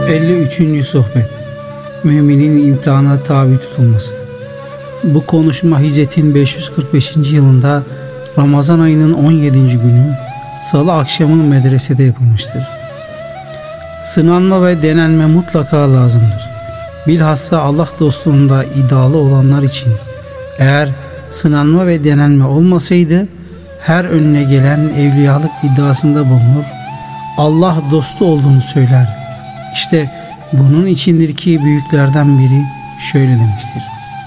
53. Sohbet. Müminin imtihana tabi tutulması. Bu konuşma Hicret'in 545. yılında Ramazan ayının 17. günü Salı akşamı medresede yapılmıştır. Sınanma ve denenme mutlaka lazımdır. Bilhassa Allah dostluğunda iddialı olanlar için. Eğer sınanma ve denenme olmasaydı her önüne gelen evliyalık iddiasında bulunur, Allah dostu olduğunu söyler. İşte bunun içindir ki büyüklerden biri şöyle demiştir: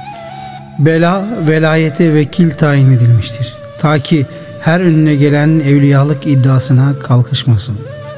bela velayete vekil tayin edilmiştir. Ta ki her önüne gelen evliyalık iddiasına kalkışmasın.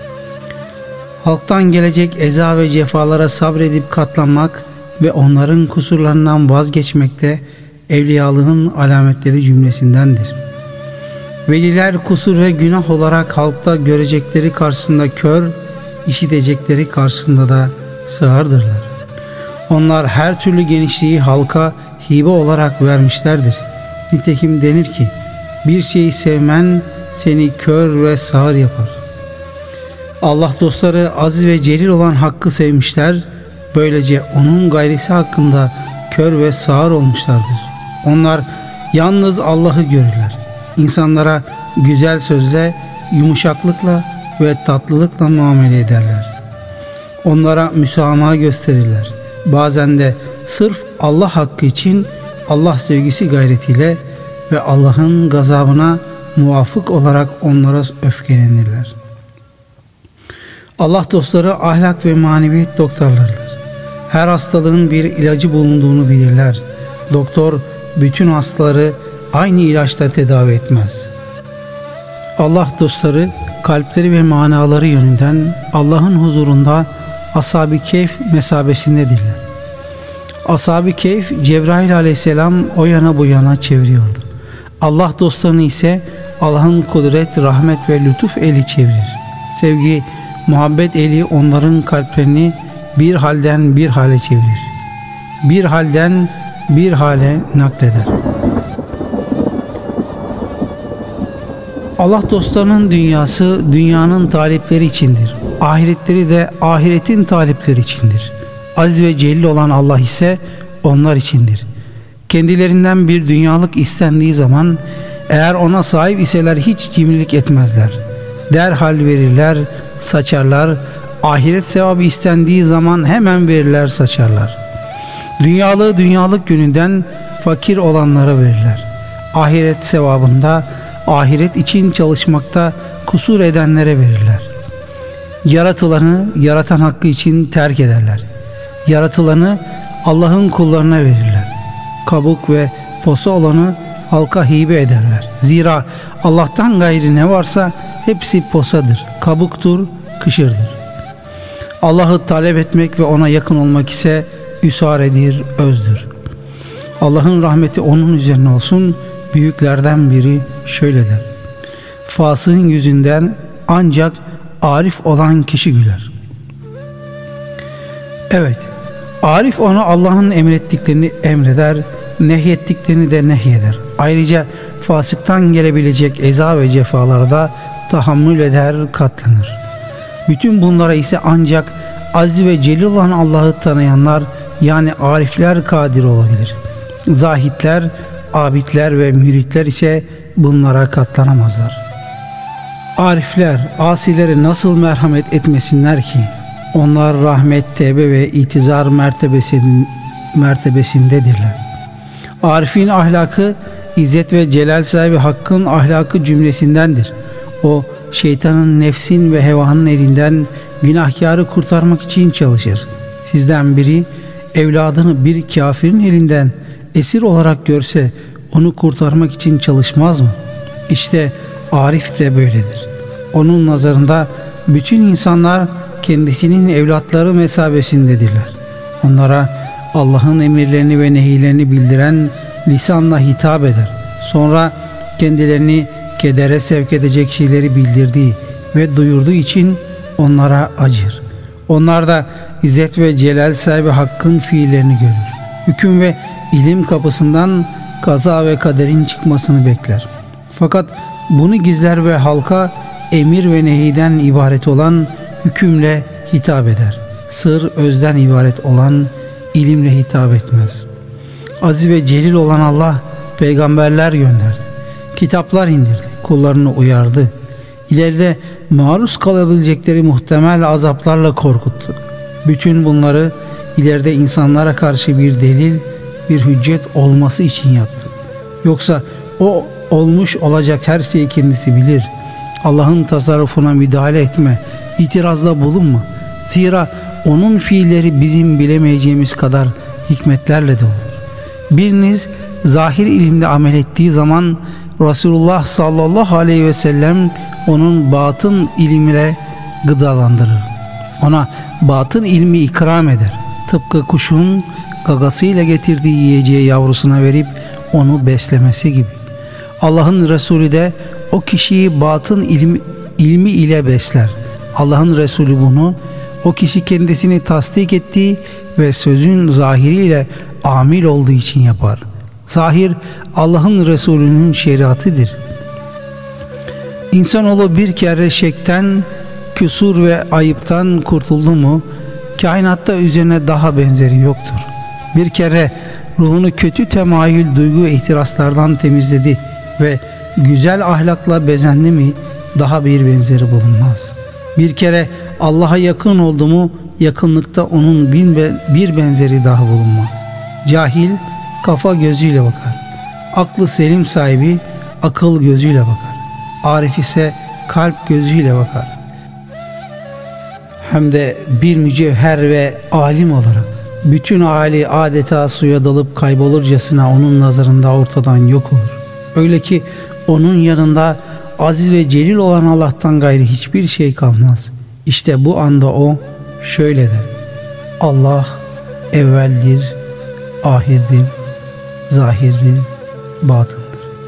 Halktan gelecek eza ve cefalara sabredip katlanmak ve onların kusurlarından vazgeçmek de evliyalığın alametleri cümlesindendir. Veliler kusur ve günah olarak halkta görecekleri karşısında kör, işitecekleri karşısında da sığırdırlar. Onlar her türlü genişliği halka hibe olarak vermişlerdir. Nitekim denir ki, bir şeyi sevmen seni kör ve sağır yapar. Allah dostları aziz ve celil olan Hakk'ı sevmişler, böylece onun gayrisi hakkında kör ve sağır olmuşlardır. Onlar yalnız Allah'ı görürler. İnsanlara güzel sözle, yumuşaklıkla ve tatlılıkla muamele ederler. Onlara müsamaha gösterirler. Bazen de sırf Allah hakkı için Allah sevgisi gayretiyle ve Allah'ın gazabına muvafık olarak onlara öfkelenirler. Allah dostları ahlak ve maneviyat doktorlarıdır. Her hastalığın bir ilacı bulunduğunu bilirler. Doktor bütün hastaları aynı ilaçla tedavi etmez. Allah dostları kalpleri ve manaları yönünden Allah'ın huzurunda Ashab-ı Kehf mesabesindedirler. Ashab-ı Kehf Cebrail aleyhisselam o yana bu yana çeviriyordu. Allah dostlarını ise Allah'ın kudret, rahmet ve lütuf eli çevirir. Sevgi, muhabbet eli onların kalplerini bir halden bir hale çevirir. Bir halden bir hale nakleder. Allah dostlarının dünyası dünyanın talipleri içindir. Ahiretleri de ahiretin talipleri içindir. Aziz ve celil olan Allah ise onlar içindir. Kendilerinden bir dünyalık istendiği zaman eğer ona sahip iseler hiç cimrilik etmezler. Derhal verirler, saçarlar. Ahiret sevabı istendiği zaman hemen verirler, saçarlar. Dünyalık yönünden fakir olanlara verirler. Ahiret sevabında, ahiret için çalışmakta kusur edenlere verirler. Yaratılanı yaratan hakkı için terk ederler. Yaratılanı Allah'ın kullarına verirler. Kabuk ve posa olanı halka hibe ederler. Zira Allah'tan gayri ne varsa hepsi posadır, kabuktur, kışırdır. Allah'ı talep etmek ve ona yakın olmak ise üsaredir, özdür. Allah'ın rahmeti onun üzerine olsun. Büyüklerden biri şöyle der: fasığın yüzünden ancak arif olan kişi güler. Evet, arif ona Allah'ın emrettiklerini emreder, nehyettiklerini de nehyeder. Ayrıca fasıktan gelebilecek eza ve cefalarda tahammül eder, katlanır. Bütün bunlara ise ancak aziz ve celil olan Allah'ı tanıyanlar, yani arifler kadir olabilir. Zahitler, abidler ve müritler ise bunlara katlanamazlar. Arifler asilere nasıl merhamet etmesinler ki? Onlar rahmet, tevbe ve itizar mertebesindedirler. Arifin ahlakı İzzet ve celal sahibi Hakk'ın ahlakı cümlesindendir. O şeytanın, nefsin ve hevanın elinden günahkarı kurtarmak için çalışır. Sizden biri evladını bir kafirin elinden esir olarak görse onu kurtarmak için çalışmaz mı? İşte arif de böyledir. Onun nazarında bütün insanlar kendisinin evlatları mesabesindedirler. Onlara Allah'ın emirlerini ve nehilerini bildiren lisanla hitap eder. Sonra kendilerini kedere sevk edecek şeyleri bildirdiği ve duyurduğu için onlara acır. Onlar da İzzet ve celal sahibi Hakk'ın fiillerini görür. Hüküm ve ilim kapısından kaza ve kaderin çıkmasını bekler. Fakat bunu gizler ve halka emir ve nehiden ibaret olan hükümle hitap eder. sır özden ibaret olan ilimle hitap etmez. Aziz ve celil olan Allah peygamberler gönderdi. Kitaplar indirdi. Kullarını uyardı. İleride maruz kalabilecekleri muhtemel azaplarla korkuttu. Bütün bunları ileride insanlara karşı bir delil, bir hüccet olması için yaptı. Yoksa o olmuş olacak her şeyi kendisi bilir. Allah'ın tasarrufuna müdahale etme, itirazda bulunma. Zira onun fiilleri bizim bilemeyeceğimiz kadar hikmetlerle de olur. Biriniz zahir ilimle amel ettiği zaman Resulullah sallallahu aleyhi ve sellem onun batın ilmiyle gıdalandırır. Ona batın ilmi ikram eder. Tıpkı kuşun gagasıyla getirdiği yiyeceği yavrusuna verip onu beslemesi gibi. Allah'ın Resulü de o kişiyi batın ilmi ile besler. Allah'ın Resulü bunu o kişi kendisini tasdik ettiği ve sözün zahiriyle amil olduğu için yapar. Zahir Allah'ın Resulü'nün şeriatıdır. İnsanoğlu bir kere şekten, küsur ve ayıptan kurtuldu mu, kainatta üzerine daha benzeri yoktur. Bir kere ruhunu kötü temayül, duygu ve ihtiraslardan temizledi ve güzel ahlakla bezendi mi, daha bir benzeri bulunmaz. Bir kere Allah'a yakın oldu mu, yakınlıkta onun bir benzeri daha bulunmaz. Cahil kafa gözüyle bakar. Aklı selim sahibi akıl gözüyle bakar. Arif ise kalp gözüyle bakar. Hem de bir mücevher ve alim olarak bütün hali adeta suya dalıp kaybolurcasına onun nazarında ortadan yok olur. Öyle ki onun yanında aziz ve celil olan Allah'tan gayrı hiçbir şey kalmaz. İşte bu anda o şöyle der: Allah evveldir, ahirdir, zahirdir, batındır.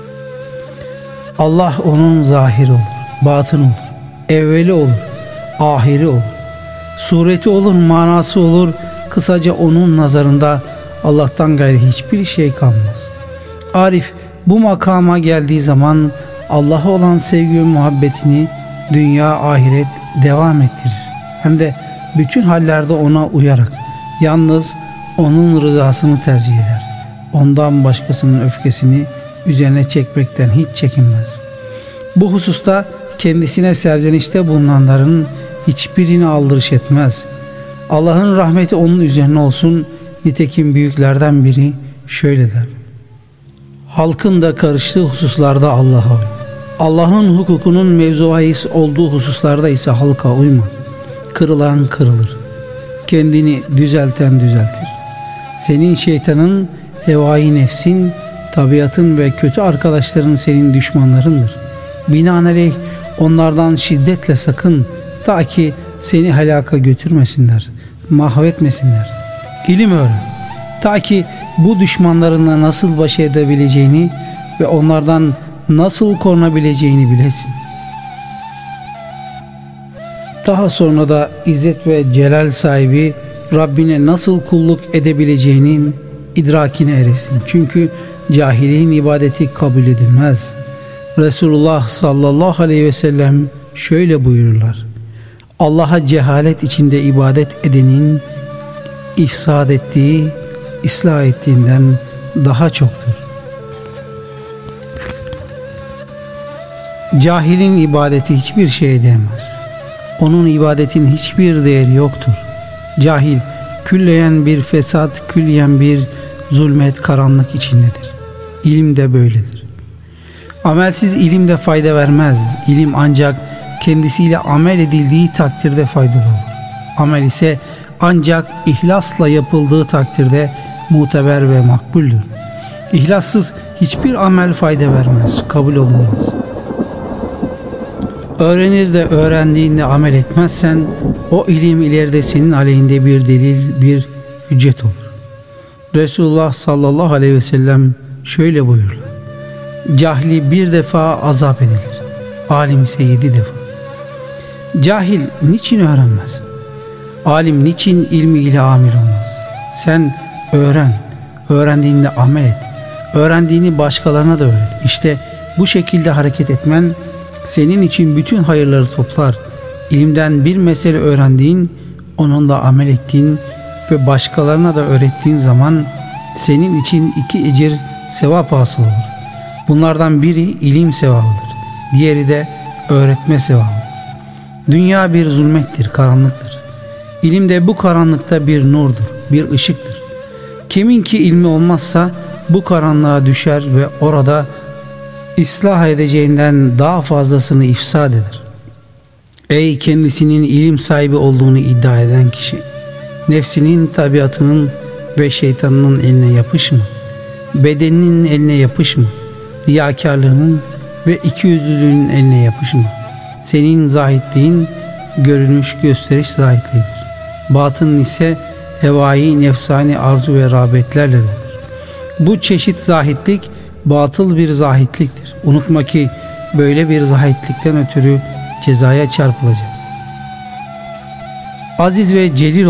Allah onun zahiri olur, batın olur, evveli olur, ahiri olur, sureti olur, manası olur. Kısaca onun nazarında Allah'tan gayrı hiçbir şey kalmaz. Arif bu makama geldiği zaman Allah'a olan sevgi ve muhabbetini dünya ahiret devam ettirir. Hem de bütün hallerde ona uyarak yalnız onun rızasını tercih eder. Ondan başkasının öfkesini üzerine çekmekten hiç çekinmez. Bu hususta kendisine serzenişte bulunanların hiçbirini aldırış etmez. Allah'ın rahmeti onun üzerine olsun. Nitekim büyüklerden biri şöyle der: halkın da karıştığı hususlarda Allah'a uy. Allah'ın hukukunun mevzuahis olduğu hususlarda ise halka uyma. Kırılan kırılır. Kendini düzelten düzeltir. Senin şeytanın, hevai nefsin, tabiatın ve kötü arkadaşların senin düşmanlarındır. Binaenaleyh onlardan şiddetle sakın, ta ki seni helaka götürmesinler, mahvetmesinler. İlim öğren, ta ki bu düşmanlarınla nasıl baş edebileceğini ve onlardan nasıl korunabileceğini bilesin. Daha sonra da izzet ve celal sahibi Rabbine nasıl kulluk edebileceğinin idrakine eresin. Çünkü cahilin ibadeti kabul edilmez. Resulullah sallallahu aleyhi ve sellem şöyle buyururlar: Allah'a cehalet içinde ibadet edenin ifsad ettiği, ıslah ettiğinden daha çoktur. Cahilin ibadeti hiçbir şeye değmez. Onun ibadetin hiçbir değeri yoktur. Cahil külleyen bir fesat, külliyen bir zulmet, karanlık içindedir. İlim de böyledir. Amelsiz ilim de fayda vermez. İlim ancak kendisiyle amel edildiği takdirde faydalı olur. Amel ise ancak ihlasla yapıldığı takdirde muteber ve makbuldür. İhlassız hiçbir amel fayda vermez, kabul olunmaz. Öğrenir de öğrendiğinde amel etmezsen o ilim ileride senin aleyhinde bir delil, bir hüccet olur. Resulullah sallallahu aleyhi ve sellem şöyle buyurur: cahli bir defa azap edilir, alim ise 7 defa. Cahil niçin öğrenmez? Alim niçin ilmiyle amil olmaz? Sen öğren, öğrendiğinde amel et, öğrendiğini başkalarına da öğret. İşte bu şekilde hareket etmen senin için bütün hayırları toplar. İlimden bir mesele öğrendiğin, onunla amel ettiğin ve başkalarına da öğrettiğin zaman senin için 2 ecir sevap hasıl olur. Bunlardan biri ilim sevabıdır. Diğeri de öğretme sevabıdır. Dünya bir zulmettir, karanlıktır. İlim de bu karanlıkta bir nurdur, bir ışıktır. Kimin ki ilmi olmazsa bu karanlığa düşer ve orada ıslah edeceğinden daha fazlasını ifsad eder. Ey kendisinin ilim sahibi olduğunu iddia eden kişi! Nefsinin, tabiatının ve şeytanının eline yapışma. Bedeninin eline yapışma. Riyakarlığının ve ikiyüzlülüğün eline yapışma. Senin zahitliğin görünüş gösteriş zahitliğidir. Batının ise hevai nefsani arzu ve rağbetlerle olur. Bu çeşit zahitlik batıl bir zahitliktir. Unutma ki böyle bir zahitlikten ötürü cezaya çarpılacağız. Aziz ve celil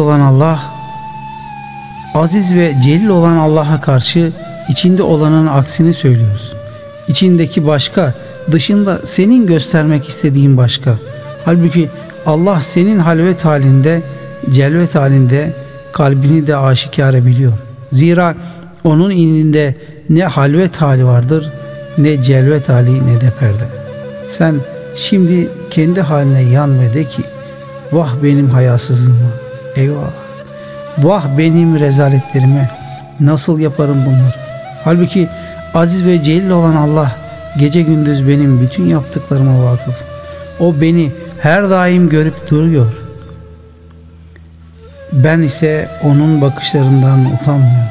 olan Allah'a karşı içinde olanın aksini söylüyoruz. İçindeki başka, dışında senin göstermek istediğin başka. Halbuki Allah senin halvet halinde, celvet halinde kalbini de aşikare biliyor. Zira onun indinde ne halvet hali vardır, ne celvet hali, ne de perde. Sen şimdi kendi haline yan ve de ki, vah benim hayasızlığıma, eyvah, vah benim rezaletlerime, nasıl yaparım bunları? Halbuki aziz ve celil olan Allah gece gündüz benim bütün yaptıklarıma vakıf. O beni her daim görüp duruyor. Ben ise onun bakışlarından utanmıyorum.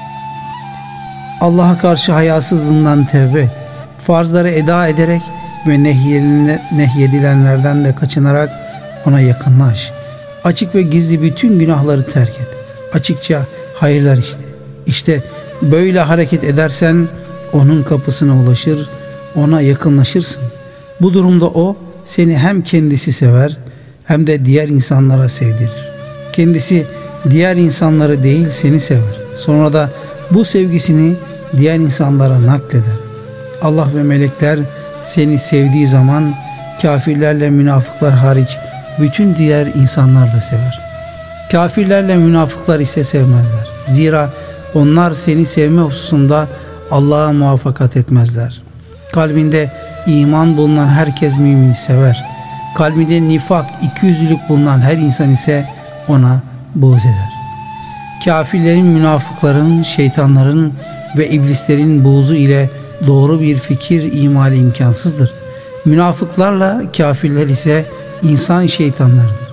Allah'a karşı hayasızlığından tevbe et. Farzları eda ederek ve nehyedilenlerden de kaçınarak ona yakınlaş. Açık ve gizli bütün günahları terk et. Açıkça hayırlar işte. İşte böyle hareket edersen onun kapısına ulaşır, ona yakınlaşırsın. Bu durumda o seni hem kendisi sever hem de diğer insanlara sevdirir. Kendisi diğer insanları değil seni sever. Sonra da bu sevgisini diğer insanlara nakleder. Allah ve melekler seni sevdiği zaman kafirlerle münafıklar hariç bütün diğer insanlar da sever. Kafirlerle münafıklar ise sevmezler. Zira onlar seni sevme hususunda Allah'a muvaffakat etmezler. Kalbinde iman bulunan herkes mümini sever. Kalbinde nifak, ikiyüzlülük bulunan her insan ise ona buğz eder. Kafirlerin, münafıkların, şeytanların ve iblislerin buğzu ile doğru bir fikir imali imkansızdır. Münafıklarla kafirler ise insan şeytanlarıdır.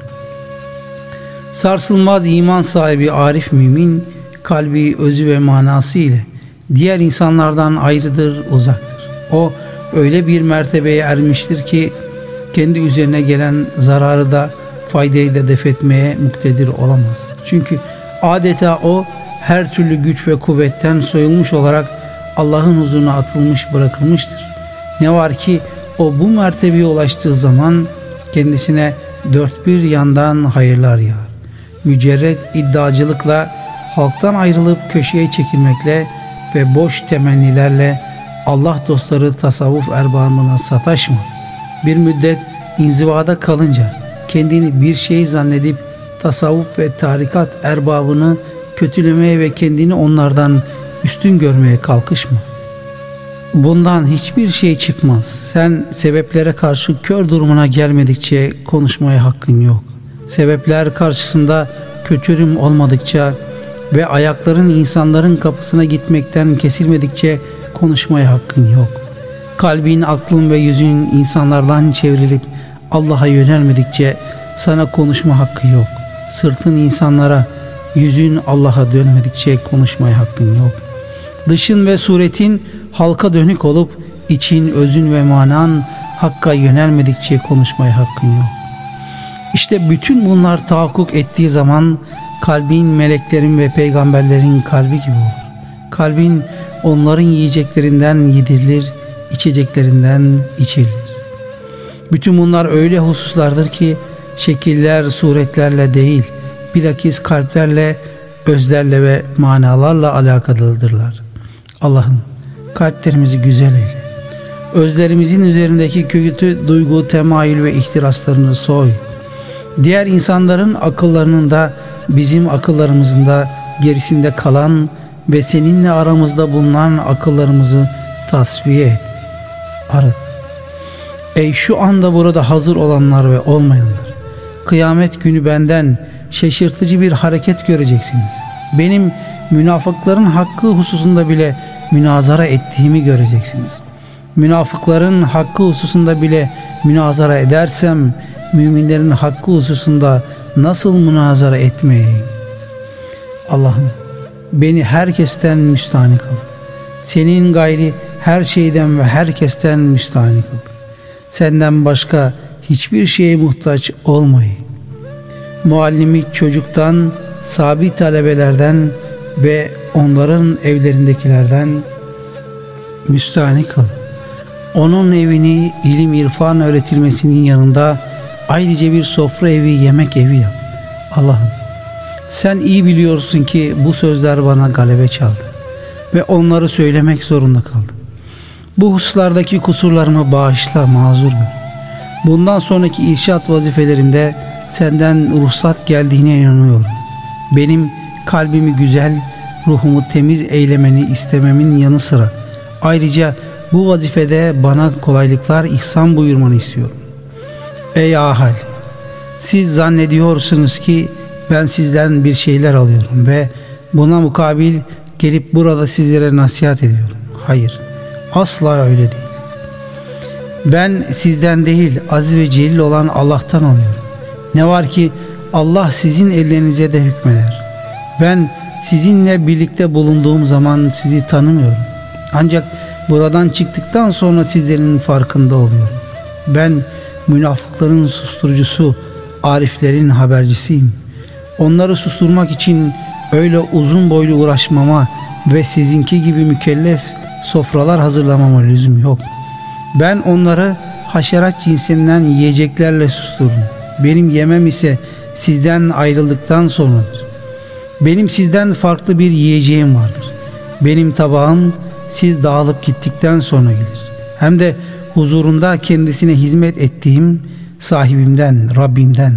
Sarsılmaz iman sahibi arif mümin, kalbi, özü ve manası ile diğer insanlardan ayrıdır, uzaktır. O öyle bir mertebeye ermiştir ki kendi üzerine gelen zararı da faydayı da def etmeye muktedir olamaz. Çünkü adeta o her türlü güç ve kuvvetten soyulmuş olarak Allah'ın huzuruna atılmış, bırakılmıştır. Ne var ki o bu mertebeye ulaştığı zaman kendisine dört bir yandan hayırlar yağar. Mücerred iddiacılıkla, halktan ayrılıp köşeye çekilmekle ve boş temennilerle Allah dostları tasavvuf erbabına sataşma. Bir müddet inzivada kalınca kendini bir şey zannedip tasavvuf ve tarikat erbabını kötülemeye ve kendini onlardan üstün görmeye kalkışma. Bundan hiçbir şey çıkmaz. Sen sebeplere karşı kör durumuna gelmedikçe konuşmaya hakkın yok. Sebepler karşısında kötürüm olmadıkça ve ayakların insanların kapısına gitmekten kesilmedikçe konuşmaya hakkın yok. Kalbin, aklın ve yüzün insanlardan çevrilip Allah'a yönelmedikçe sana konuşma hakkı yok. Sırtın insanlara, yüzün Allah'a dönmedikçe konuşmaya hakkın yok. Dışın ve suretin halka dönük olup için, özün ve manan Hakk'a yönelmedikçe konuşmaya hakkın yok. İşte bütün bunlar tahakkuk ettiği zaman kalbin meleklerin ve peygamberlerin kalbi gibi olur. Kalbin onların yiyeceklerinden yedirilir, içeceklerinden içirilir. Bütün bunlar öyle hususlardır ki şekiller, suretlerle değil, bilakis kalplerle, özlerle ve manalarla alakalıdırlar. Allah'ım kalplerimizi güzel eyle. Özlerimizin üzerindeki kötü duygu, temayül ve ihtiraslarını soy. Diğer insanların akıllarının da bizim akıllarımızın da gerisinde kalan ve seninle aramızda bulunan akıllarımızı tasfiye et, arıt. Ey şu anda burada hazır olanlar ve olmayanlar, kıyamet günü benden şaşırtıcı bir hareket göreceksiniz. Benim münafıkların hakkı hususunda bile münazara ettiğimi göreceksiniz. Münafıkların hakkı hususunda bile münazara edersem, müminlerin hakkı hususunda nasıl münazara etmeyeyim? Allah'ım, beni herkesten müstahni kıl. Senin gayri her şeyden ve herkesten müstahni kıl. Senden başka hiçbir şeye muhtaç olmayı. Muallimi çocuktan, sabit talebelerden ve onların evlerindekilerden müstahni kıl. Onun evini ilim irfan öğretilmesinin yanında ayrıca bir sofra evi, yemek evi yap. Allah'ım, sen iyi biliyorsun ki bu sözler bana galebe çaldı ve onları söylemek zorunda kaldım. Bu hususlardaki kusurlarımı bağışla, mazur gör. Bundan sonraki irşat vazifelerimde senden ruhsat geldiğine inanıyorum. Benim kalbimi güzel, ruhumu temiz eylemeni istememin yanı sıra ayrıca bu vazifede bana kolaylıklar ihsan buyurmanı istiyorum. Ey ahal! Siz zannediyorsunuz ki ben sizden bir şeyler alıyorum ve buna mukabil gelip burada sizlere nasihat ediyorum. Hayır, asla öyle değil. Ben sizden değil, aziz ve celil olan Allah'tan alıyorum. Ne var ki Allah sizin ellerinize de hükmeder. Ben sizinle birlikte bulunduğum zaman sizi tanımıyorum. Ancak buradan çıktıktan sonra sizlerin farkında oluyorum. Ben münafıkların susturucusu, ariflerin habercisiyim. Onları susturmak için öyle uzun boylu uğraşmama ve sizinki gibi mükellef sofralar hazırlamama lüzum yok. Ben onları haşerat cinsinden yiyeceklerle susturdum. Benim yemem ise sizden ayrıldıktan sonradır. Benim sizden farklı bir yiyeceğim vardır. Benim tabağım siz dağılıp gittikten sonra gelir. Hem de huzurunda kendisine hizmet ettiğim sahibimden, Rabbimden.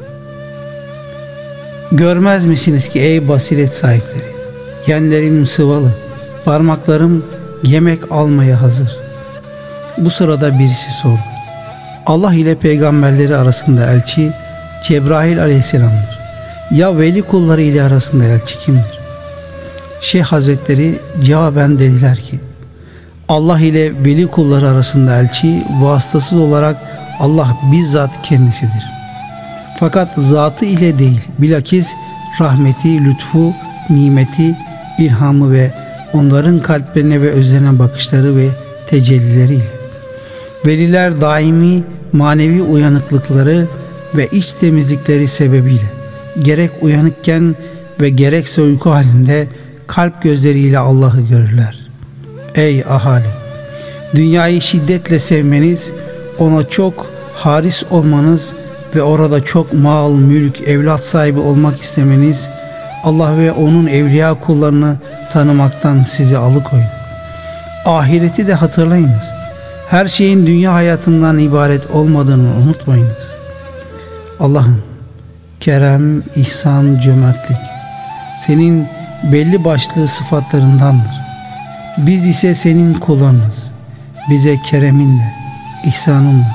Görmez misiniz ki ey basiret sahipleri? Yenlerim sıvalı, parmaklarım yemek almaya hazır. Bu sırada birisi sordu. Allah ile peygamberleri arasında elçi Cebrail aleyhisselamdır. Ya veli kulları ile arasında elçi kimdir? Şeyh Hazretleri cevaben dediler ki, Allah ile veli kulları arasında elçi vasıtasız olarak Allah bizzat kendisidir. Fakat zatı ile değil, bilakis rahmeti, lütfu, nimeti, ilhamı ve onların kalplerine ve özlerine bakışları ve tecellileriyle. Veliler daimi manevi uyanıklıkları ve iç temizlikleri sebebiyle gerek uyanıkken ve gerekse uyku halinde kalp gözleriyle Allah'ı görürler. Ey ahali! Dünyayı şiddetle sevmeniz, ona çok haris olmanız ve orada çok mal, mülk, evlat sahibi olmak istemeniz Allah ve onun evliya kullarını tanımaktan sizi alıkoydu. Ahireti de hatırlayınız. Her şeyin dünya hayatından ibaret olmadığını unutmayınız. Allah'ım, kerem, ihsan, cömertlik senin belli başlı sıfatlarındandır. Biz ise senin kullarınız. Bize kereminle, ihsanınla,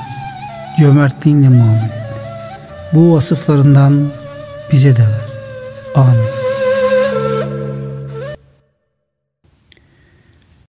cömertliğinle muamele et. Bu vasıflarından bize de ver. Amin.